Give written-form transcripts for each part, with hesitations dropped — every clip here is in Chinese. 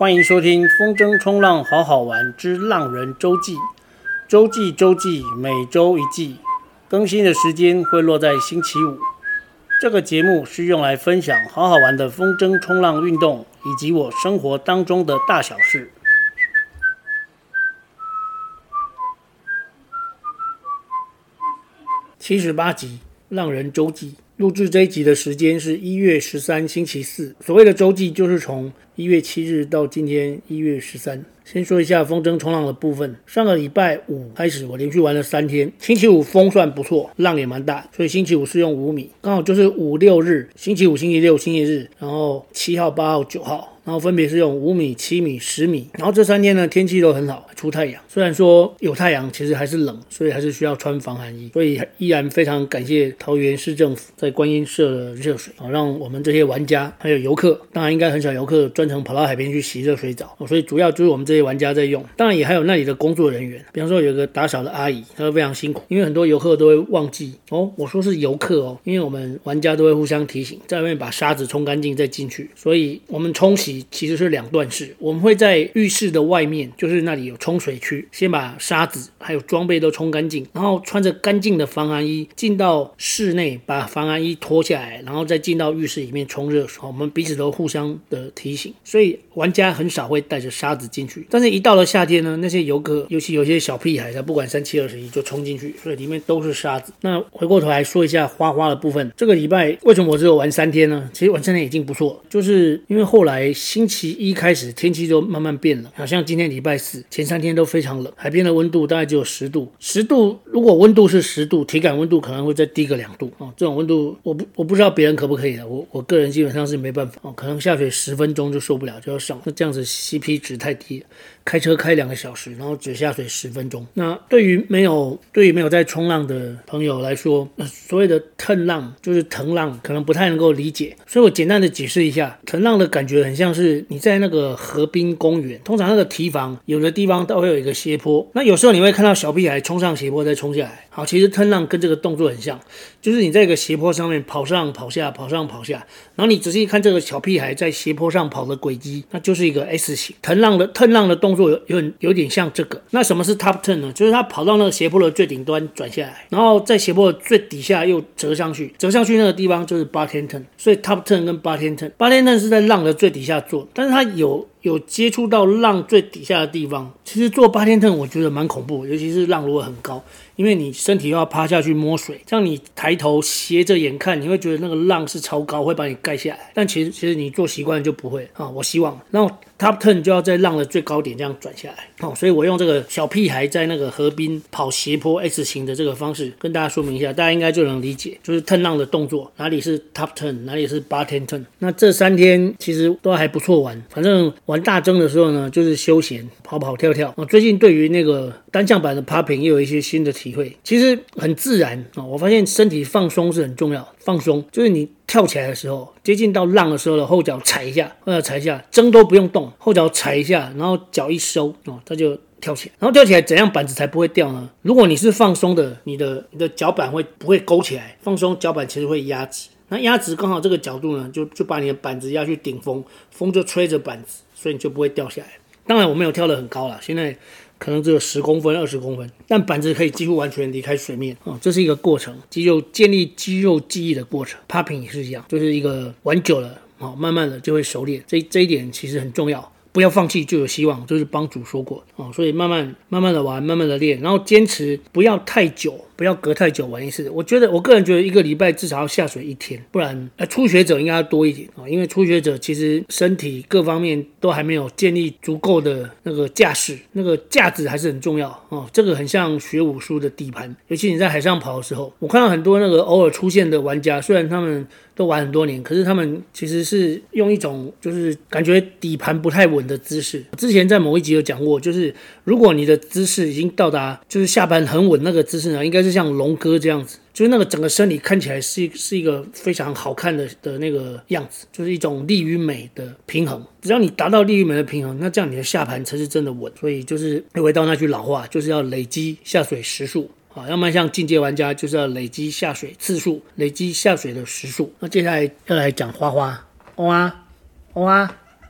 欢迎收听风筝冲浪好好玩之浪人周记。周记，每周一季，更新的时间会落在星期五。这个节目是用来分享好好玩的风筝冲浪运动，以及我生活当中的大小事。78集浪人周记，录制这一集的时间是1月13星期四。所谓的周记就是从1月7日到今天1月13。先说一下风筝冲浪的部分。上个礼拜五开始，我连续玩了3天。星期五风算不错，浪也蛮大，所以星期五是用5米，刚好就是5、6日，星期五、星期六、星期日，然后7号、8号、9号。然后分别是用5米、7米、10米，然后这3天呢天气都很好，出太阳。虽然说有太阳，其实还是冷，所以还是需要穿防寒衣。所以依然非常感谢桃园市政府在观音设了热水，让我们这些玩家还有游客，当然应该很少游客专程跑到海边去洗热水澡，所以主要就是我们这些玩家在用。当然也还有那里的工作人员，比方说有个打扫的阿姨，她会非常辛苦，因为很多游客都会忘记我说是游客因为我们玩家都会互相提醒，在外面把沙子冲干净再进去，所以我们冲洗其实是2段式。我们会在浴室的外面，就是那里有冲水区，先把沙子还有装备都冲干净，然后穿着干净的防寒衣进到室内，把防寒衣脱下来，然后再进到浴室里面冲热水。我们彼此都互相的提醒，所以玩家很少会带着沙子进去。但是一到了夏天呢，那些游客，尤其有些小屁孩，他不管3、7、21就冲进去，所以里面都是沙子。那回过头来说一下花花的部分。这个礼拜为什么我只有玩3天呢？其实玩3天已经不错，就是因为后来星期一开始天气就慢慢变了，好像今天礼拜4前3天都非常冷，海边的温度大概只有10度。10度，如果温度是10度，体感温度可能会再低个2度这种温度我不知道别人可不可以的，我个人基本上是没办法可能下水10分钟就受不了，就要上。那这样子 CP 值太低了，开车开2个小时，然后只下水10分钟。那对于没有在冲浪的朋友来说，所谓的腾浪就是腾浪，可能不太能够理解，所以我简单的解释一下。腾浪的感觉很像是你在那个河滨公园，通常那个堤防有的地方都会有一个斜坡，那有时候你会看到小屁孩冲上斜坡再冲下来。好，其实腾浪跟这个动作很像，就是你在一个斜坡上面跑上跑下，跑上跑下，然后你仔细看这个小屁孩在斜坡上跑的轨迹，那就是一个 S 型。腾浪的动作有点像这个。那什么是 top turn 呢？就是他跑到那个斜坡的最顶端转下来，然后在斜坡的最底下又折上去那个地方就是 bottom turn。所以 top turn 跟 bottom turn是在浪的最底下做，但是它有接触到浪最底下的地方。其实做bottom turn我觉得蛮恐怖，尤其是浪如果很高，因为你身体又要趴下去摸水，这样你抬头斜着眼看，你会觉得那个浪是超高，会把你盖下来。但其实你做习惯了就不会我希望。然后 top turn 就要在浪的最高点这样转下来所以我用这个小屁孩在那个河滨跑斜坡 S 型的这个方式跟大家说明一下，大家应该就能理解，就是 turn 浪的动作哪里是 top turn， 哪里是 bottom turn。那这3天其实都还不错玩，反正玩大征的时候呢，就是休闲跑跑跳跳最近对于那个单向板的 popping 也有一些新的体会，其实很自然我发现身体放松是很重要。放松就是你跳起来的时候，接近到浪的时候的后脚踩一下，征都不用动，后脚踩一下，然后脚一收它就跳起来。然后跳起来怎样板子才不会掉呢？如果你是放松的，你的脚板不会勾起来，放松脚板其实会压直。那压直刚好这个角度呢，就把你的板子压去顶风，风就吹着板子，所以你就不会掉下来。当然我没有跳得很高啦，现在可能只有10公分、20公分，但板子可以几乎完全离开水面这是一个过程，建立肌肉记忆的过程。 Popping 也是一样，就是一个玩久了慢慢的就会熟练，这一点其实很重要。不要放弃就有希望，就是帮主说过所以慢慢的玩，慢慢的练，然后坚持不要太久，不要隔太久玩一次。我个人觉得1个礼拜至少要下水1天，不然初学者应该要多一点因为初学者其实身体各方面都还没有建立足够的那个架势，那个架子还是很重要这个很像学武术的底盘，尤其你在海上跑的时候，我看到很多那个偶尔出现的玩家，虽然他们都玩很多年，可是他们其实是用一种就是感觉底盘不太稳的姿势。之前在某一集有讲过，就是如果你的姿势已经到达就是下盘很稳那个姿势呢，应该是像龙哥这样子，就是那个整个身体看起来是一个非常好看的那个样子，就是一种力与美的平衡。只要你达到力与美的平衡，那这样你的下盘才是真的稳。所以就是回到那句老话，就是要累积下水时数要迈向进阶玩家，就是要累积下水次数，累积下水的时数。那接下来要来讲花花，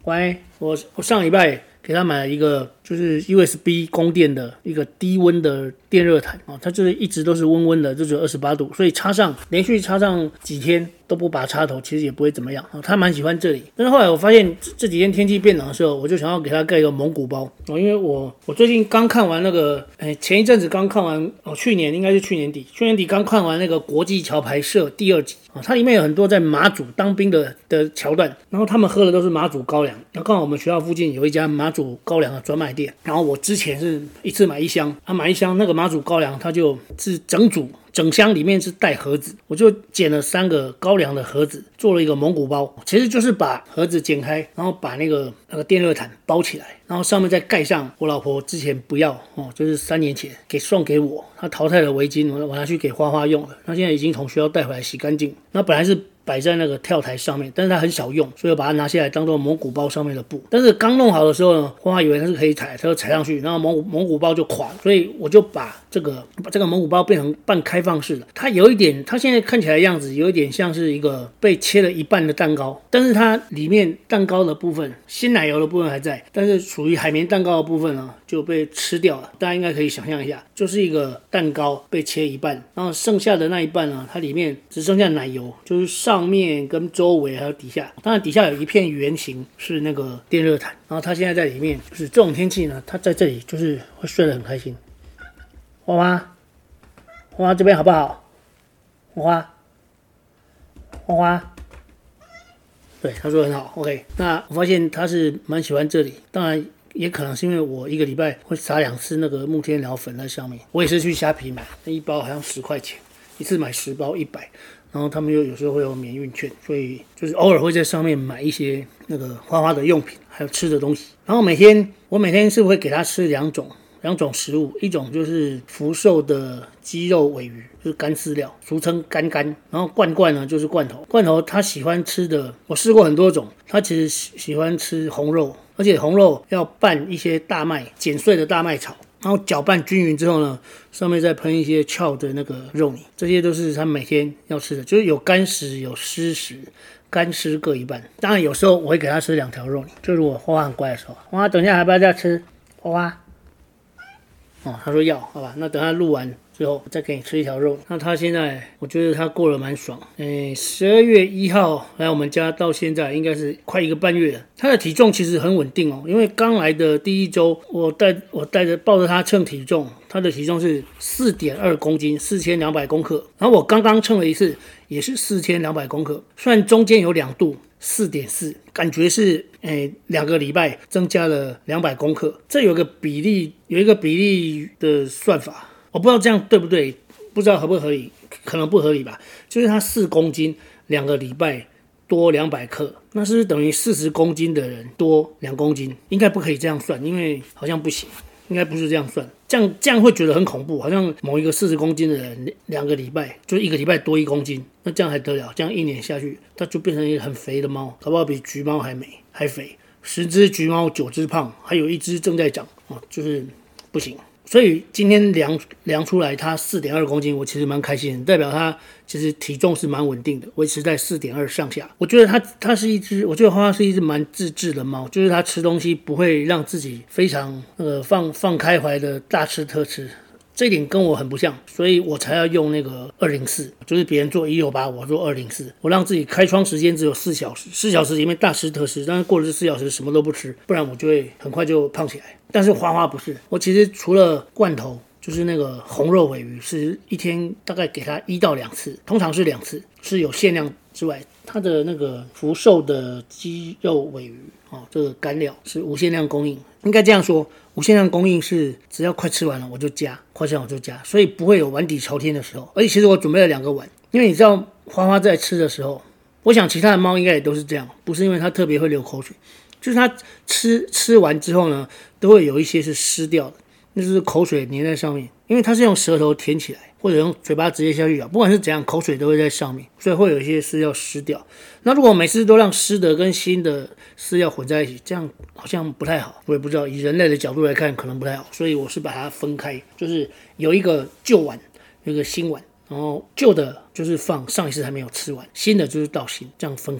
喂，我上礼拜给他买了一个就是 USB 供电的一个低温的电热毯啊，它就是一直都是温温的，就只有28度，所以连续插上几天都不拔插头，其实也不会怎么样啊。他蛮喜欢这里，但是后来我发现这几天天气变冷的时候，我就想要给他盖一个蒙古包啊，因为我最近刚看完那个，前一阵子刚看完去年应该是去年底刚看完那个国际桥牌社第2集啊，它里面有很多在马祖当兵的桥段，然后他们喝的都是马祖高粱，然后刚好我们学校附近有一家马祖高粱的专卖店，然后我之前是一次买1箱，买1箱那个马祖高粱，它就是整箱里面是带盒子，我就捡了3个高粱的盒子，做了一个蒙古包，其实就是把盒子剪开，然后把那个电热毯包起来，然后上面再盖上我老婆之前不要就是3年前送给我她淘汰的围巾，我拿去给花花用了，她现在已经从学校带回来洗干净，那本来是摆在那个跳台上面，但是它很少用，所以我把它拿下来当做蒙古包上面的布。但是刚弄好的时候呢，花花以为它是可以踩，它就踩上去，然后蒙古包就垮了，所以我就把这个蒙古包变成半开放式的。它现在看起来的样子有一点像是一个被切了一半的蛋糕，但是它里面蛋糕的部分、鲜奶油的部分还在，但是属于海绵蛋糕的部分呢就被吃掉了。大家应该可以想象一下，就是一个蛋糕被切一半，然后剩下的那一半呢，它里面只剩下奶油，就是上面跟周围还有底下，当然底下有一片圆形是那个电热毯，然后它现在在里面，就是这种天气呢，它在这里就是会睡得很开心。花花这边好不好？花花，对，他说很好 ，OK。那我发现他是蛮喜欢这里，当然也可能是因为我1个礼拜会撒2次那个木天疗粉在上面，我也是去虾皮买，那一包好像10块钱，一次买10包100。然后他们有时候会有免运券，所以就是偶尔会在上面买一些那个花花的用品，还有吃的东西。然后我每天是会给他吃两种食物，一种就是福寿的鸡肉鲔鱼，就是干饲料，俗称干干。然后罐呢就是罐头他喜欢吃的，我试过很多种，他其实喜欢吃红肉，而且红肉要拌一些大麦剪碎的大麦草。然后搅拌均匀之后呢，上面再喷一些翘的那个肉泥，这些都是他每天要吃的，就是有干食有湿食，干湿各一半。当然有时候我会给他吃2条肉泥，就是我花花很乖的时候。花花等一下还不要再吃？花花他说要，好吧，那等他录完之后再给你吃1条肉。那他现在我觉得他过得蛮爽，12月1号来我们家到现在应该是快1个半月了。他的体重其实很稳定因为刚来的第1周我抱着他称体重，他的体重是 4.2 公斤，4200公克。然后我刚刚称了一次也是4200公克，虽然中间有2度4.4，感觉是2个礼拜增加了200公克。这有一个比例的算法，我不知道这样对不对，不知道合不合理，可能不合理吧。就是他4公斤2个礼拜多200克，那是不是等于40公斤的人多2公斤？应该不可以这样算，因为好像不行，应该不是这样算。这样会觉得很恐怖，好像某一个40公斤的人2个礼拜就是1个礼拜多1公斤，那这样还得了？这样1年下去，它就变成一个很肥的猫，搞不好比橘猫还肥。10只橘猫9只胖，还有1只正在长就是不行。所以今天量出来它 4.2 公斤，我其实蛮开心的，代表它其实体重是蛮稳定的，维持在 4.2 上下。我觉得它是一只，我觉得花花是一只蛮自制的猫，就是它吃东西不会让自己非常放开怀的大吃特吃。这一点跟我很不像，所以我才要用那个204，就是别人做168，我做204，我让自己开窗时间只有4小时，4小时里面大吃特吃，但是过了这4小时什么都不吃，不然我就会很快就胖起来。但是花花不是，我其实除了罐头，就是那个红肉鲔鱼，是一天大概给它1到2次，通常是2次，是有限量之外，它的那个福寿的鸡肉鲔鱼这个干料是无限量供应，应该这样说，无限量供应是只要快吃完了我就加，快吃完我就加，所以不会有碗底朝天的时候。而且其实我准备了2个碗，因为你知道花花在吃的时候，我想其他的猫应该也都是这样，不是因为它特别会流口水，就是它吃完之后呢，都会有一些是湿掉的，那就是口水粘在上面，因为它是用舌头舔起来，或者用嘴巴直接下去咬，不管是怎样，口水都会在上面，所以会有一些饲料湿掉。那如果每次都让湿的跟新的饲料混在一起，这样好像不太好，我也不知道，以人类的角度来看可能不太好，所以我是把它分开，就是有一个旧碗，有一个新碗，然后旧的就是放上一次还没有吃完，新的就是倒新，这样分开。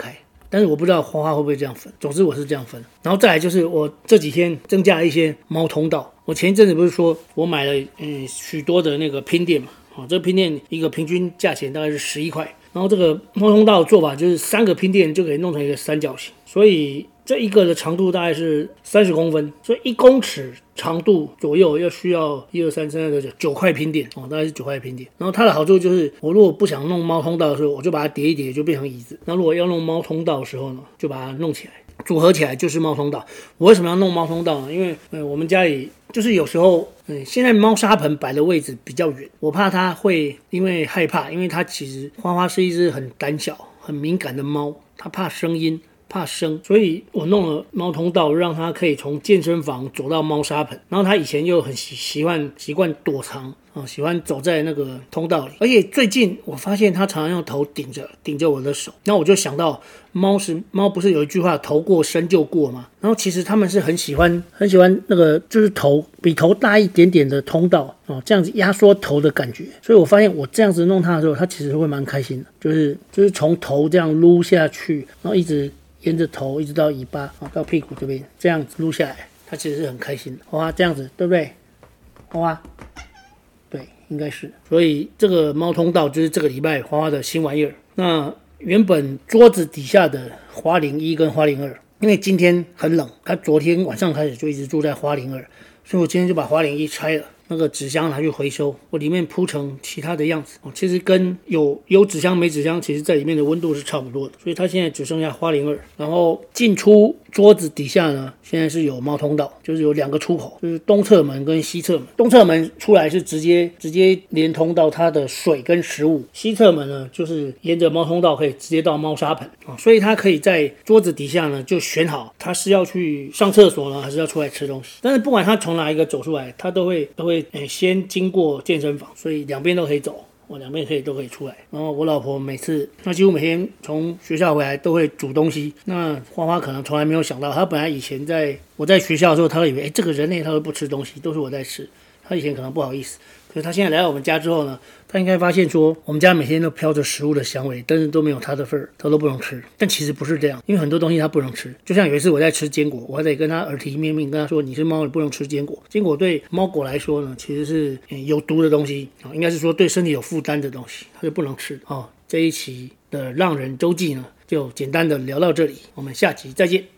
但是我不知道花花会不会这样分。总之我是这样分。然后再来就是我这几天增加了一些猫通道。我前一阵子不是说我买了许多的那个拼垫嘛，这个拼垫一个平均价钱大概是11块。然后这个猫通道的做法就是3个拼垫就可以弄成一个三角形，所以这一个的长度大概是30公分，所以1公尺长度左右要需要1、2、3、4、9块拼垫大概是9块拼垫。然后它的好处就是我如果不想弄猫通道的时候，我就把它叠一叠就变成椅子。那如果要弄猫通道的时候呢，就把它弄起来组合起来就是猫通道。我为什么要弄猫通道呢？因为我们家里就是有时候现在猫砂盆摆的位置比较远，我怕它会因为害怕，因为它其实花花是一只很胆小很敏感的猫，它怕声音怕生，所以我弄了猫通道，让它可以从健身房走到猫砂盆。然后它以前又很习惯躲藏喜欢走在那个通道里，而且最近我发现它常常用头顶着我的手。那我就想到猫不是有一句话头过身就过吗？然后其实它们是很喜欢那个就是头比头大一点点的通道这样子压缩头的感觉。所以我发现我这样子弄它的时候，它其实会蛮开心的，就是从头这样撸下去，然后一直沿着头一直到尾巴到屁股这边这样子撸下来，它其实是很开心的。哇，这样子对不对？哇，对，应该是。所以这个猫通道就是这个礼拜花花的新玩意儿。那原本桌子底下的花01跟花02，因为今天很冷，它昨天晚上开始就一直住在花02，所以我今天就把花01拆了，那个纸箱拿去回收，我里面铺成其他的样子其实跟有纸箱没纸箱，其实在里面的温度是差不多的，所以它现在只剩下花02。然后进出桌子底下呢，现在是有猫通道，就是有2个出口，就是东侧门跟西侧门。东侧门出来是直接连通到它的水跟食物，西侧门呢就是沿着猫通道可以直接到猫砂盆所以它可以在桌子底下呢就选好它是要去上厕所呢，还是要出来吃东西。但是不管它从哪一个走出来，它都会先经过健身房，所以两边都可以走。我两边都可以出来。然后我老婆几乎每天从学校回来都会煮东西。那花花可能从来没有想到，她本来以前我在学校的时候，她会以为这个人类他会不吃东西，都是我在吃。她以前可能不好意思，可是她现在来到我们家之后呢，她应该发现说我们家每天都飘着食物的香味，但是都没有她的份儿，她都不能吃。但其实不是这样，因为很多东西她不能吃。就像有一次我在吃坚果，我还得跟她耳提面命跟她说，你是猫，你不能吃坚果。坚果对猫狗来说呢，其实是有毒的东西应该是说对身体有负担的东西，它是不能吃这一期的浪人周记呢，就简单的聊到这里，我们下集再见。